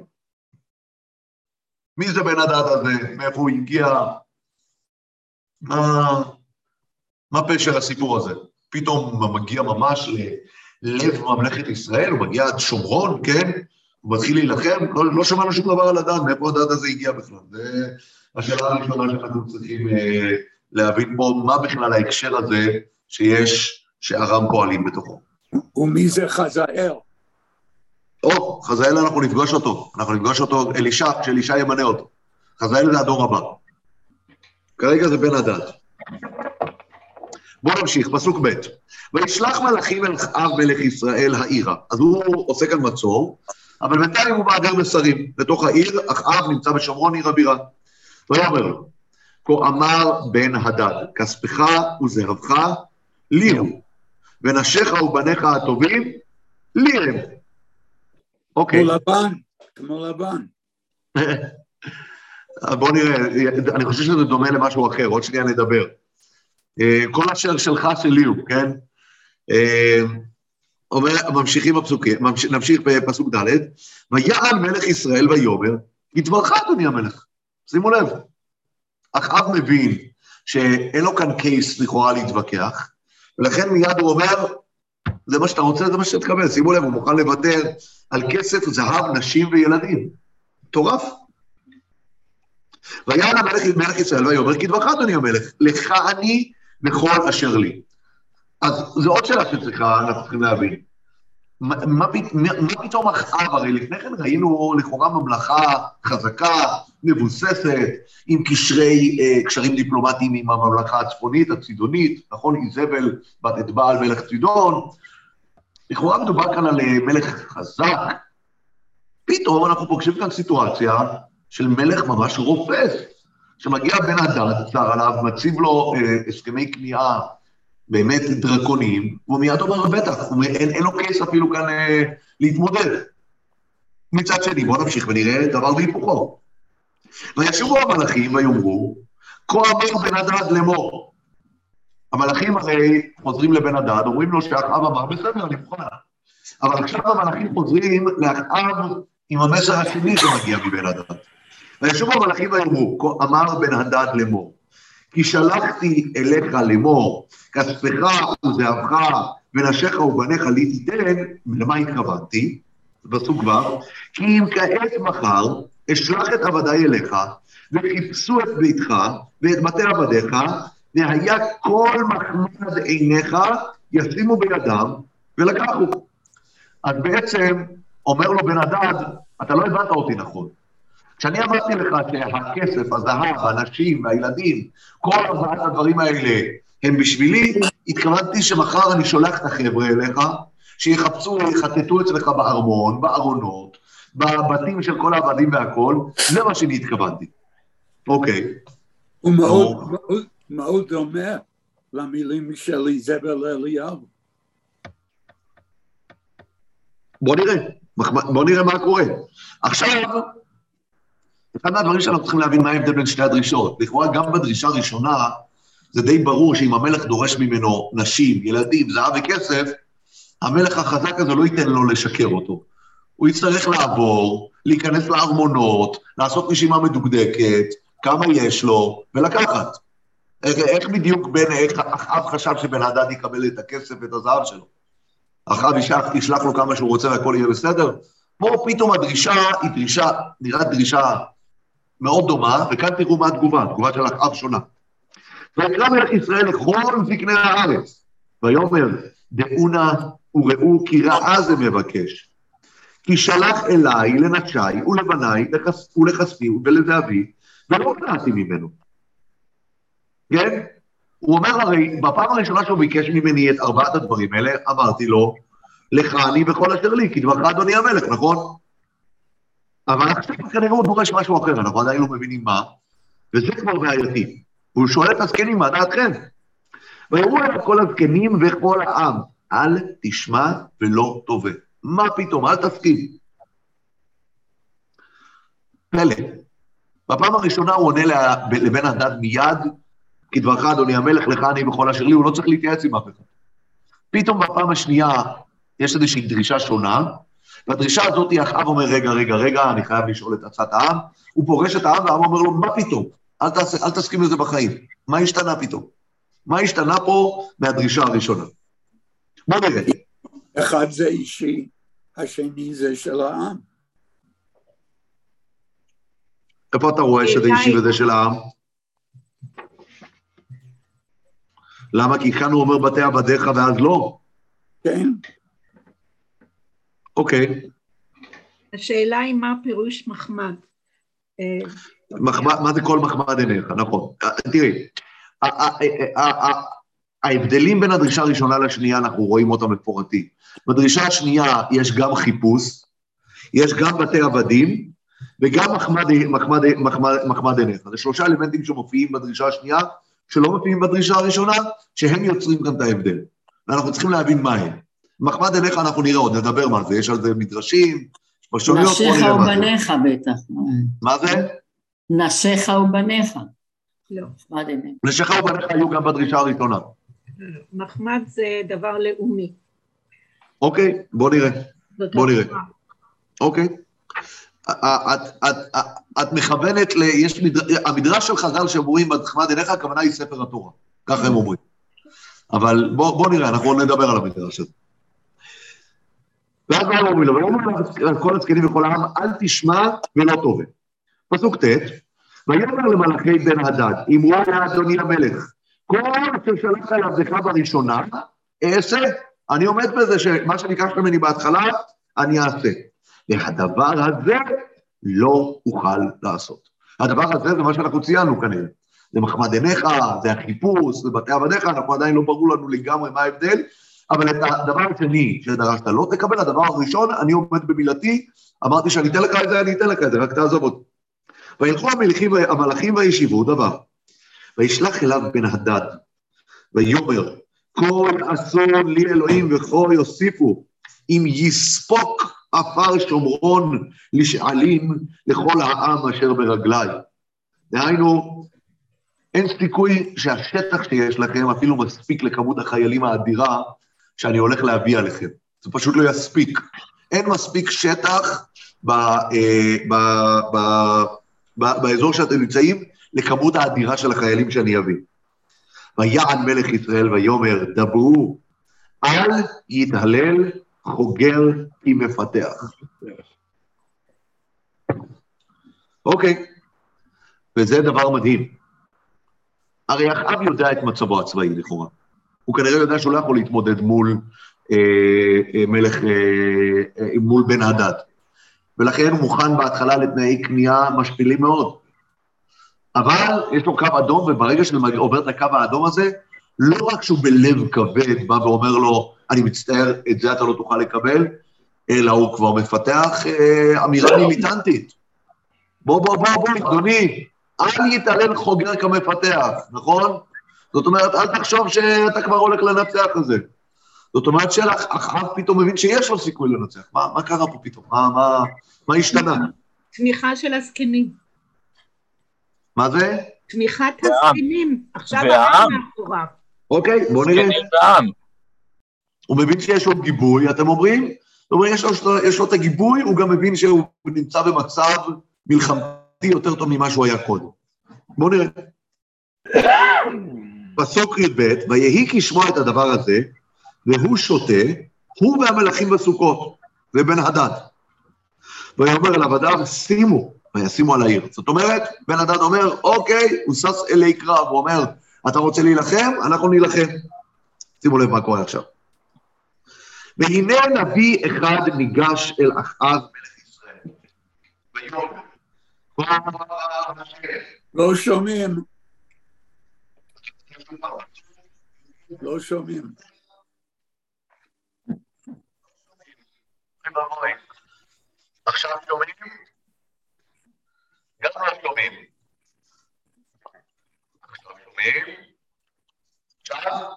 מי זה בן הדד הזה? מאיפה הוא הגיע? מה פשר הסיפור הזה? פתאום הוא מגיע ממש ללב ממלכת ישראל, הוא מגיע עד שומרון, כן? הוא מתחיל להילחם, לא שמענו שום דבר על הדד, מאיפה הדד הזה הגיע בכלל? זה השאלה הראשונה שאנחנו צריכים להבין פה, מה בכלל ההקשר הזה שיש, שארם פועלים בתוכו. ומי זה חזאל? חזאל אנחנו נפגוש אותו, אלישע, כשאלישע ימנה אותו. חזאל זה הדור הבא. כרגע זה בן הדד. בואו נמשיך, פסוק ב' וישלח מלאכים אל אחאב מלך ישראל העירה. אז הוא עושה כאן מצור, אבל בינתיים הוא מעביר מסרים לתוך העיר, אחאב נמצא בשומרון עיר הבירה. ויאמר לו, כה אמר בן הדד, כספך וזהבך לי הוא, ונשיך ובניך הטובים לי הם. אוקיי. כמו לבן. בואו נראה, אני חושב שזה דומה למשהו אחר, עוד שנייה נדבר. כל אשר שלך שלי הוא, כן? ממשיכים בפסוקים, נמשיך בפסוק ד' ויעל מלך ישראל ויאמר, יתברך אדוני המלך. שימו לב, אחאב מבין שאין לו כאן קייס לכאורה להתווכח, ולכן מיד הוא אומר, זה מה שאתה רוצה, זה מה שתקבל. שימו לב, הוא מוכן לוותר על כסף, זהב, נשים וילדים. מטורף. ויעל מלך ישראל ויאמר, יתברך אדוני המלך, לך אני וכל אשר לי. אז זו עוד שאלה אנחנו צריכים להבין. מה פתאום אחאב? הרי לפני כן ראינו לכאורה ממלכה חזקה, מבוססת, עם קשרים דיפלומטיים עם הממלכה הצפונית, הצידונית, נכון? איזבל בת את בעל מלך צידון. לכאורה מדובר כאן על מלך חזק. פתאום אנחנו פוגשים כאן סיטואציה של מלך ממש רופס, שמגיע בן הדד, צר עליו, מציב לו הסכמי כניעה באמת דרקוניים, והוא מיד אומר בטח, אין לו קייס אפילו כאן להתמודד. מצד שני, בואו נמשיך ונראה דבר בהיפוכו. וישובו המלאכים ויאמרו, כה אמר בן הדד לאמור. המלאכים הרי חוזרים לבן הדד, אומרים לו שאחאב אמר, בסדר, אני מוכנה. אבל עכשיו המלאכים חוזרים לאחאב עם המסר השני שמגיע מבן הדד. וישובו המלאכים ויאמרו, כה אמר בן הדד לאמור. כי שלחתי אליך לאמור, כספך וזהבך ונשיך ובניך לי תיתן, למה התכוונתי? בסוג ו' כי אם כעת מחר אשלח את עבדיי אליך, וחיפשו את ביתך ואת בתי עבדיך, והיה כל מחמד עיניך ישימו בידם ולקחו. אז בעצם אומר לו בן הדד, אתה לא הבנת אותי נכון. כשאני אמרתי לך שהכסף, הזהב, האנשים והילדים, כל הבאת הדברים האלה הם בשבילי, התכוונתי שמחר אני שולח את החבר'ה אליך, שיחפשו, יחטטו אצלך בארמון, בארונות, בבתים של כל העבדים והכל, זה מה שאני התכוונתי. אוקיי. הוא מאוד דומה למילים של איזבל אליהו. בוא נראה מה קורה. עכשיו, אחד מהדברים שאנחנו צריכים להבין מה ההבדל בין שתי הדרישות. לכאורה גם בדרישה הראשונה, זה די ברור שאם המלך דורש ממנו נשים, ילדים, זהב וכסף, המלך החזק הזה לא ייתן לו לשקר אותו. הוא יצטרך לעבור, להיכנס לארמונות, לעשות רשימה מדוקדקת, כמה יש לו, ולקחת. איך בדיוק אחאב חשב שבן הדד יקבל את הכסף ואת הזהב שלו? אחאב ישלח לו כמה שהוא רוצה והכל יהיה בסדר? פה פתאום הדרישה היא דרישה, נראית דרישה מאוד דומה, וכאן תראו מה התגובה, התגובה של אחאב שונה. ויקרא מלך ישראל לכל זקני הארץ, ויאמר, דעונה וראו כי רעה זה מבקש, כי שלח אליי לנשי ולבניי ולכספי ולזהבי, ולא קראתי ממנו. כן? הוא אומר הרי, בפעם הראשונה שהוא ביקש ממני את 4 הדברים האלה, אמרתי לו, לך אני בכל אשר לי, כי דברך אדוני המלך, נכון? אבל עכשיו כנראה הוא דורש משהו אחר, אנחנו עדיין לא מבינים מה, וזה כבר בעייתי. הוא שואל את הזקנים, מה דעתכם? ויראו אליו כל הזקנים וכל העם, אל תשמע ולא תובע. מה פתאום? אל תסכים. פלא. בפעם הראשונה הוא עונה לבן הדד מיד, כי דברך אדוני המלך, לך אני בכל אשר לי, הוא לא צריך להתייעץ עם אף אחד. פתאום בפעם השנייה יש איזושהי דרישה שונה, והדרישה הזאת אחאב אומר, רגע, אני חייב לשאול את עצת העם, הוא פורש את העם והעם אומר לו, מה פתאום? אל תסכים לזה בחיים. מה השתנה פתאום? מה השתנה פה מהדרישה הראשונה? בוא נראה. אחד זה אישי, השני זה של העם. איפה אתה רואה שזה אישי וזה של העם? למה? כי כאן הוא אומר בתי עבדיך ואז לא. כן. אוקיי. השאלה היא מה פירוש מחמד. מה זה כל מחמד עיניך, נכון. תראי, ההבדלים בין הדרישה הראשונה לשנייה, אנחנו רואים אותם מפורטים. בדרישה השנייה יש גם חיפוש, יש גם בתי עבדים, וגם מחמד עיניך. זה 3 אלמנטים שמופיעים בדרישה השנייה, שלא מופיעים בדרישה הראשונה, שהם יוצרים גם את ההבדל. ואנחנו צריכים להבין מה הם. מחמד עיניך אנחנו נראה עוד, נדבר מה זה, יש על זה מדרשים, פרשנויות, נשיך ובניך בטח. מה זה? נשיך ובניך. לא. מחמד עיניך. נשיך ובניך היו גם בדרישה הראשונה. מחמד זה דבר לאומי. אוקיי, בוא נראה. אוקיי. את מכוונת המדרש של חז"ל שאומרים מחמד עיניך, הכוונה היא ספר התורה. ככה הם אומרים. אבל בוא נראה, אנחנו נדבר על המדרש הזה. ואז מה אומרים לו? ויאמר כל הזקנים וכל העם, אל תשמע ולא תובע. פסוק ט', ויאמר למלאכי בן הדד, אמרו היה אדוני המלך, כל ששלח אל עבדך בראשונה, אעשה. אני עומד בזה שמה שביקשת ממני בהתחלה, אני אעשה. והדבר הזה לא אוכל לעשות. הדבר הזה זה מה שאנחנו ציינו כנראה. זה מחמד עיניך, זה החיפוש, זה בתי עבדיך, אנחנו עדיין לא ברור לנו לגמרי מה ההבדל, אבל את הדבר השני שדרשת לא תקבל, הדבר הראשון, אני עומד במילתי, אמרתי שאני אתן לך את זה, אני אתן לך את זה, רק תעזוב אותי. וילכו המלאכים וישיבו דבר, וישלח אליו בן הדד, ויאמר, כל אסון לי אלוהים וכה יוסיפו, אם יספוק עפר שומרון לשעלים לכל העם אשר ברגלי. דהיינו, אין סיכוי שהשטח שיש לכם אפילו מספיק לכמות החיילים האדירה שאני הולך להביא עליכם. זה פשוט לא יספיק. אין מספיק שטח באזור שאתם נמצאים לכמות האדירה של החיילים שאני אביא. ויען מלך ישראל ויאמר, דברו, אל יתהלל חוגר כי מפתח. אוקיי, וזה דבר מדהים. הרי אחאב יודע את מצבו הצבאי לכאורה. הוא כנראה יודע שהוא לא יכול להתמודד מול מול בן הדד. ולכן הוא מוכן בהתחלה לתנאי קנייה משפילים מאוד. אבל יש לו קו אדום, וברגע שעובר את הקו האדום הזה, לא רק שהוא בלב כבד בא ואומר לו, אני מצטער, את זה אתה לא תוכל לקבל, אלא הוא כבר מפתח אמירה מיליטנטית. בוא, אדוני, אל יתעלל חוגר כמפתח, נכון? זאת אומרת, אל תחשוב שאתה כבר הולך לנצח את זה. זאת אומרת שאחאב פתאום מבין שיש לו סיכוי לנצח. מה קרה פה פתאום? מה השתנה? תמיכה של הזקנים. מה זה? תמיכת הזקנים. עכשיו העם מאחוריו. אוקיי, בוא נראה. הוא מבין שיש לו גיבוי, אתם אומרים? יש לו את הגיבוי, הוא גם מבין שהוא נמצא במצב מלחמתי יותר טוב ממה שהוא היה קודם. בואו נראה. פסוק י"ב, ויהי כשמוע את הדבר הזה, והוא שותה, הוא והמלאכים בסוכות, ובן הדד. ויאמר אל עבדיו, שימו, וישימו על העיר. זאת אומרת, בן הדד אומר, אוקיי, הוא שש אלי קרב, הוא אומר, אתה רוצה להילחם? אנחנו נילחם. שימו לב מה קורה עכשיו. והנה נביא אחד ניגש אל אחאב מלך ישראל. ויאמר, לא שומעים. לא שומעים. עכשיו שומעים? גם לא שומעים. עכשיו שומעים? עכשיו?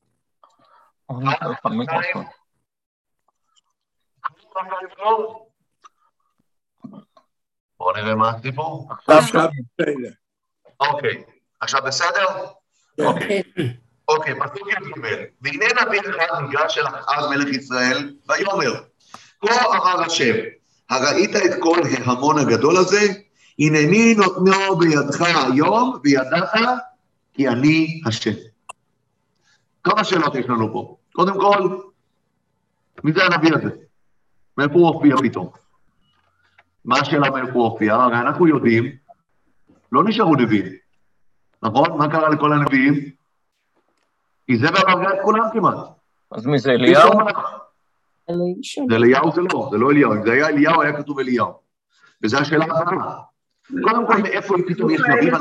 בואו נראה מה הסיפור. עכשיו בסדר. אוקיי, עכשיו בסדר? אוקיי, פסוק י"ג. והנה נביא אחד ניגש אל אחאב מלך ישראל, ויאמר, כה אמר השם, הראית את כל ההמון הגדול הזה? הנני נותנו בידך היום, וידעת כי אני השם. כמה שאלות יש לנו פה. קודם כל, מי זה הנביא הזה? מאיפה הוא הופיע פתאום? מה השאלה מאיפה הוא הופיע? הרי אנחנו יודעים, לא נשארו נביאים. נכון? מה קרה לכל הנביאים? כי זה והמרגע את כולם כמעט. אז מי זה אליהו? זה אליהו זה לא אליהו. אם זה היה אליהו, היה כתוב אליהו. וזו השאלה הבאה. קודם כל, מאיפה פתאום יש נביאים?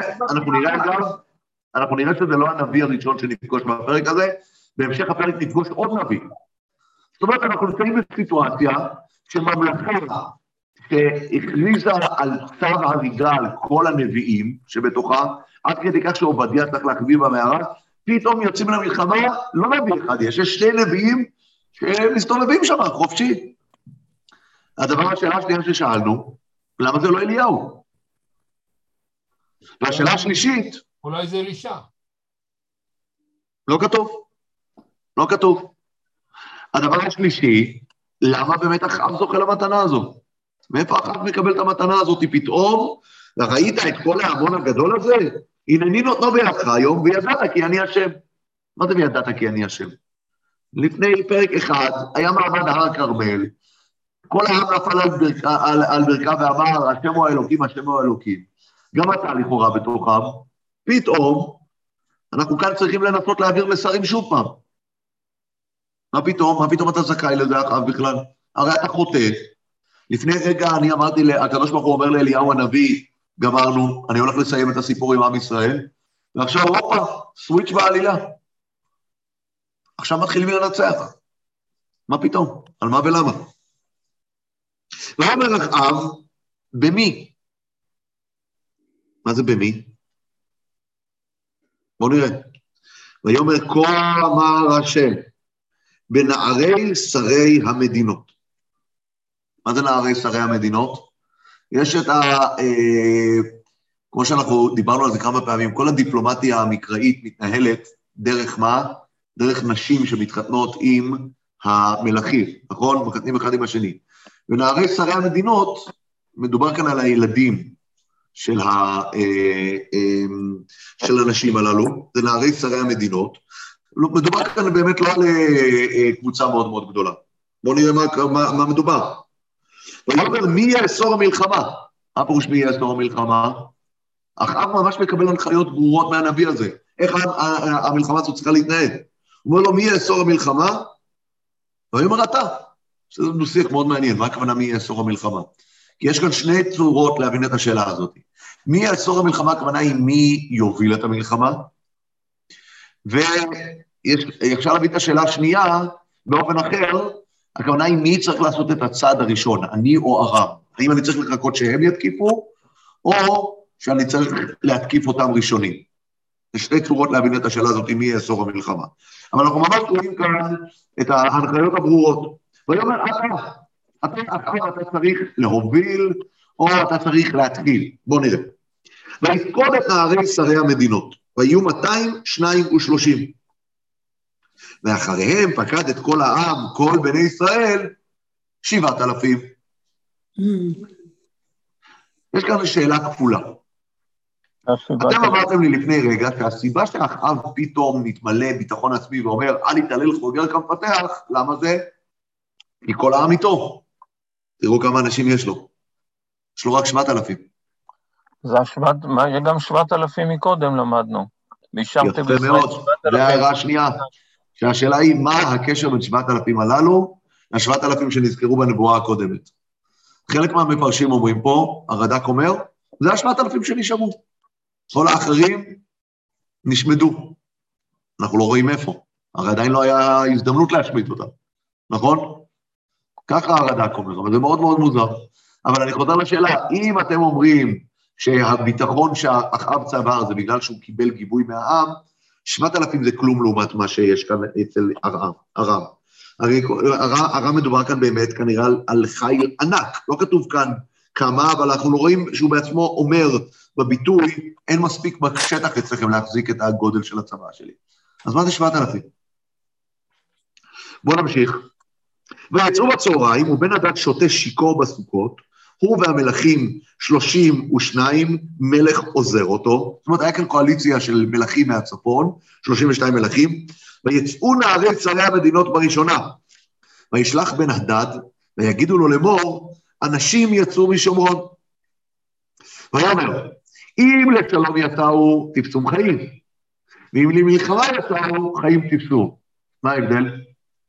אנחנו נראה שזה לא הנביא הראשון שנפגוש בפרק הזה, בהמשך הפרק נפגוש עוד נביא. זאת אומרת, אנחנו נמצאים בסיטואציה שממלכה שהכריזה על צו הריגה על כל הנביאים שבתוכה, עד כדי כך שעובדיה צריך להחביא במערה, פתאום יוצאים למלחמה, לא נביא אחד, יש שני נביאים שמסתובבים שם, חופשי. השאלה השנייה ששאלנו, למה זה לא אליהו? והשאלה השלישית, אולי זה אלישע. לא כתוב. הדבר השלישי, למה באמת אחאב זוכה למתנה הזו? מאיפה אחאב מקבל את המתנה הזאת פתאום? ראית את כל ההמון הגדול הזה? הנני נותנו בידך היום, וידעת כי אני השם. מה זה וידעת כי אני השם? לפני פרק אחד, היה מעמד הר הכרמל, כל העם נפל על ברכה ואמר, השם הוא האלוקים, השם הוא האלוקים. גם אתה לכאורה בתוכם, פתאום, אנחנו כאן צריכים לנסות להעביר מסרים שוב פעם. מה פתאום אתה זכאי לזה אחאב בכלל? הרי אתה חוטא. לפני רגע אני אמרתי, הקדוש ברוך הוא אומר לאליהו הנביא, גמרנו, אני הולך לסיים את הסיפור עם עם ישראל, ועכשיו הופה, סוויץ' בעלילה. עכשיו מתחילים לנצח. מה פתאום? על מה ולמה? ואומר אחאב, במי? מה זה במי? בואו נראה. ויאמר כה אמר השם, בנערי שרי המדינות. מה זה נערי שרי המדינות? יש את כמו שאנחנו דיברנו על זה כמה פעמים, כל הדיפלומטיה המקראית מתנהלת דרך מה? דרך נשים שמתחתנות עם המלכים, נכון? מתחתנים אחד עם השני. ונערי שרי המדינות, מדובר כאן על הילדים של הנשים הללו, זה נערי שרי המדינות, מדובר כאן באמת לא על קבוצה מאוד מאוד גדולה. בואו נראה מה מדובר. ואומר, מי יאסור המלחמה? מה פירוש מי יאסור המלחמה? אחאב ממש מקבל הנחיות ברורות מהנביא הזה. איך המלחמה הזאת צריכה להתנהל? הוא אומר לו, מי יאסור המלחמה? ואומר אתה. שזה נושא מאוד מעניין, מה הכוונה מי יאסור המלחמה? כי יש כאן שני צורות להבין את השאלה הזאת. מי יאסור המלחמה, הכוונה היא מי יוביל את המלחמה? ואפשר להבין את השאלה השנייה, באופן אחר, הכוונה היא מי צריך לעשות את הצעד הראשון, אני או הרב. האם אני צריך לחכות שהם יתקיפו, או שאני צריך להתקיף אותם ראשונים. זה שתי צורות להבין את השאלה הזאת, מי יאסור המלחמה. אבל אנחנו ממש רואים כאן את ההנחיות הברורות. ויאמר, אתה צריך להוביל, או אתה צריך להתקיל. בואו נראה. ויפקוד את נערי שרי המדינות, ויהיו 230. ואחריהם פקד את כל העם, כל בני ישראל, 7,000. יש כאן שאלה כפולה. אתם אמרתם לי לפני רגע שהסיבה שאחאב פתאום מתמלא ביטחון עצמי ואומר, אל יתהלל חוגר כמפתח, למה זה? כי כל העם איתו. תראו כמה אנשים יש לו. יש לו רק 7,000. זה גם 7,000 מקודם למדנו. יפה מאוד. זה ההערה השנייה. שהשאלה היא, מה הקשר בין 7,000 הללו, ל7,000 שנזכרו בנבואה הקודמת. חלק מהמפרשים אומרים פה, הרד"ק אומר, זה 7,000 שנשארו. כל האחרים נשמדו. אנחנו לא רואים איפה. הרי עדיין לא היה הזדמנות להשמיד אותם. נכון? ככה הרד"ק אומר, אבל זה מאוד מאוד מוזר. אבל אני חוזר לשאלה, אם אתם אומרים שהביטחון שאחאב צבר זה בגלל שהוא קיבל גיבוי מהעם, 7,000 זה כלום לעומת מה שיש כאן אצל ארם. הרי ארם מדובר כאן באמת כנראה על חיל ענק, לא כתוב כאן כמה, אבל אנחנו לא רואים שהוא בעצמו אומר בביטוי, אין מספיק שטח אצלכם להחזיק את הגודל של הצבא שלי. אז מה זה 7,000? בואו נמשיך. ויצאו בצהריים, ובן הדד שותה שיכור בסוכות, הוא והמלכים 32, מלך עוזר אותו, זאת אומרת, היה כאן קואליציה של מלכים מהצפון, 32 מלכים, ויצאו נערי צרי המדינות בראשונה, וישלח בן הדד, ויגידו לו לאמור, אנשים יצאו משומרון. ויאמר, אם לשלום יצאו, תפסום חיים, ואם למלחמה יצאו, חיים תפסו. מה ההבדל?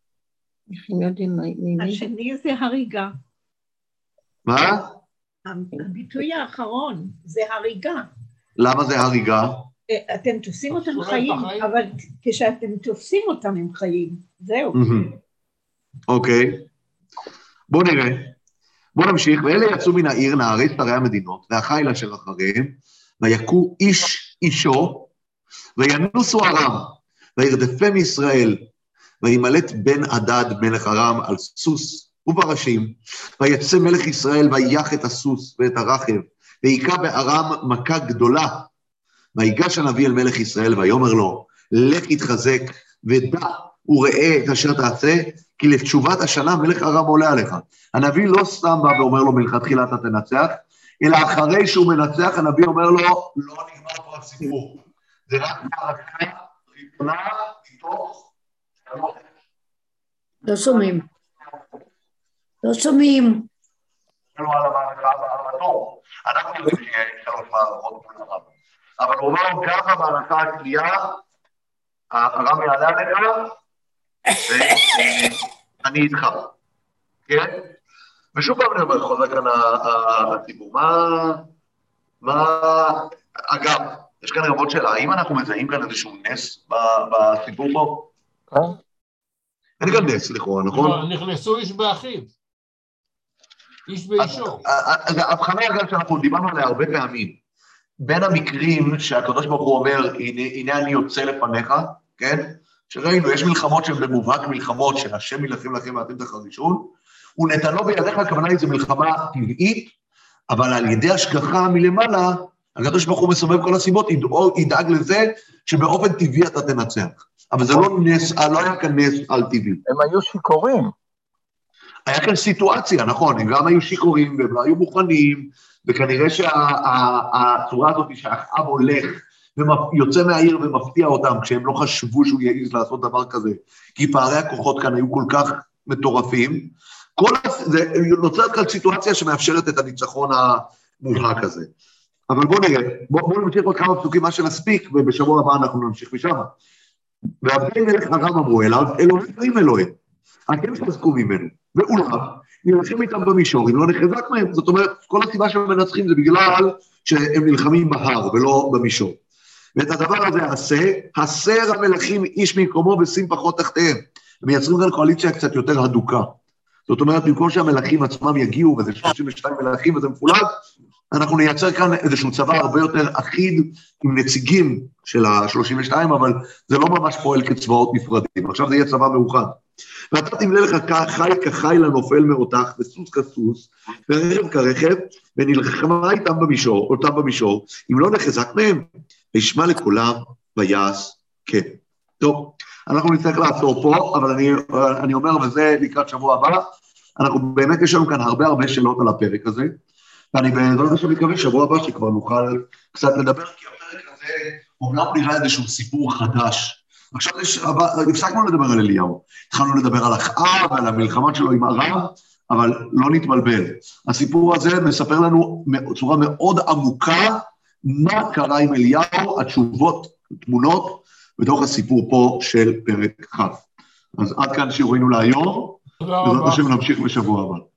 השני זה הריגה. מה? הביטוי האחרון זה הריגה. למה זה הריגה? אתם תופסים אותם חיים, אבל כשאתם תופסים אותם הם חיים, זהו. אוקיי. בואו נראה. בואו נמשיך. ואלה יצאו מן העיר נערי שרי המדינות, והחיל אשר אחריהם, ויכו איש אישו, וינוסו ארם, וירדפם ישראל, וימלט בן הדד מלך ארם על סוס ופרשים, ויצא מלך ישראל ויח את הסוס ואת הרכב, והיכה בארם מכה גדולה, ויגש הנביא אל מלך ישראל ויאמר לו, לך יתחזק ודע וראה את אשר תעשה, כי לתשובת השנה מלך ארם עולה עליך. הנביא לא סתם בא ואומר לו מלכתחילה אתה תנצח, אלא אחרי שהוא מנצח הנביא אומר לו, לא נגמר פה הסיפור. זה רק מערכה ראשונה מתוך לא שומעים. לא שומעים. על המערכה בארמתו. אנחנו יודעים שיש 3 מערכות מול הרב. אבל הוא אומר, גם המערכה השנייה, הרב יעלה עליך, ואני איתך. כן? ושוב פעם אני אומר, חוזר כאן הציבור. אגב, יש כאן רבות שאלה, האם אנחנו מזהים כאן איזשהו נס בסיפור פה? אין כאן נס, לכאורה, נכון? נכנסו איש באחיו. איש באישו. אז ההבחנה אגב שאנחנו דיברנו עליה הרבה פעמים, בין המקרים שהקדוש ברוך הוא אומר, הנה אני יוצא לפניך, כן? שראינו, יש מלחמות שהן במובהק מלחמות, שהשם ילחם לכם ואתם תחרישון, הוא נתנו בידיך, הכוונה היא זו מלחמה טבעית, אבל על ידי השגחה מלמעלה, הקדוש ברוך הוא מסובב כל הסיבות, ידאג לזה שבאופן טבעי אתה תנצח. אבל זה לא נס, לא היה כאן נס על טבעי. הם היו שיכורים. היה כאן סיטואציה, נכון, הם גם היו שיכורים, והם לא היו מוכנים, וכנראה שהצורה הזאת שהאחאב הולך, ויוצא מהעיר ומפתיע אותם, כשהם לא חשבו שהוא יעיז לעשות דבר כזה, כי פערי הכוחות כאן היו כל כך מטורפים, נוצרת כאן סיטואציה שמאפשרת את הניצחון המובהק הזה. אבל בואו נראה, בואו נמשיך עוד כמה פסוקים, מה שנספיק, ובשבוע הבא אנחנו נמשיך משם. ועבדי מלך ארם אמרו אליו, אלוהים אלוהים, אתם חזקו ממנו, ואולם, נלחם איתם במישור, אם לא נחזק מהם, זאת אומרת, כל הסיבה שהם מנצחים זה בגלל שהם נלחמים בהר ולא במישור. ואת הדבר הזה עשה, הסר המלכים איש ממקומו ושים פחות תחתיהם. הם מייצרים כאן קואליציה קצת יותר הדוקה. זאת אומרת, במקום שהמלכים עצמם יגיעו, וזה 32 מלכים וזה מפולג, אנחנו נייצר כאן איזשהו צבא הרבה יותר אחיד, עם נציגים של ה-32, אבל זה לא ממש פועל כצבאות נפרדים. עכשיו זה יהיה צבא מאוחד. ואתה תמלא לך חי כחיל הנופל מאותך, וסוס כסוס, ורכב כרכב, ונלחמה איתם במישור, אם לא נחזק מהם, וישמע לכולם ויעש כן. טוב, אנחנו נצטרך לעצור פה, אבל אני אומר, וזה לקראת שבוע הבא, אנחנו באמת יש לנו כאן הרבה שאלות על הפרק הזה, ואני בעזרת השם מקווה שבוע הבא שכבר נוכל קצת לדבר, כי הפרק הזה אומנם נראה איזשהו סיפור חדש. עכשיו הפסקנו לדבר על אליהו, התחלנו לדבר על אחאב ועל המלחמה שלו עם ארם, אבל לא נתבלבל. הסיפור הזה מספר לנו בצורה מאוד עמוקה, מה קרה עם אליהו, התשובות, תמונות, בתוך הסיפור פה של פרק כ'. אז עד כאן שיעורנו להיום, בעזרת השם נמשיך בשבוע הבא.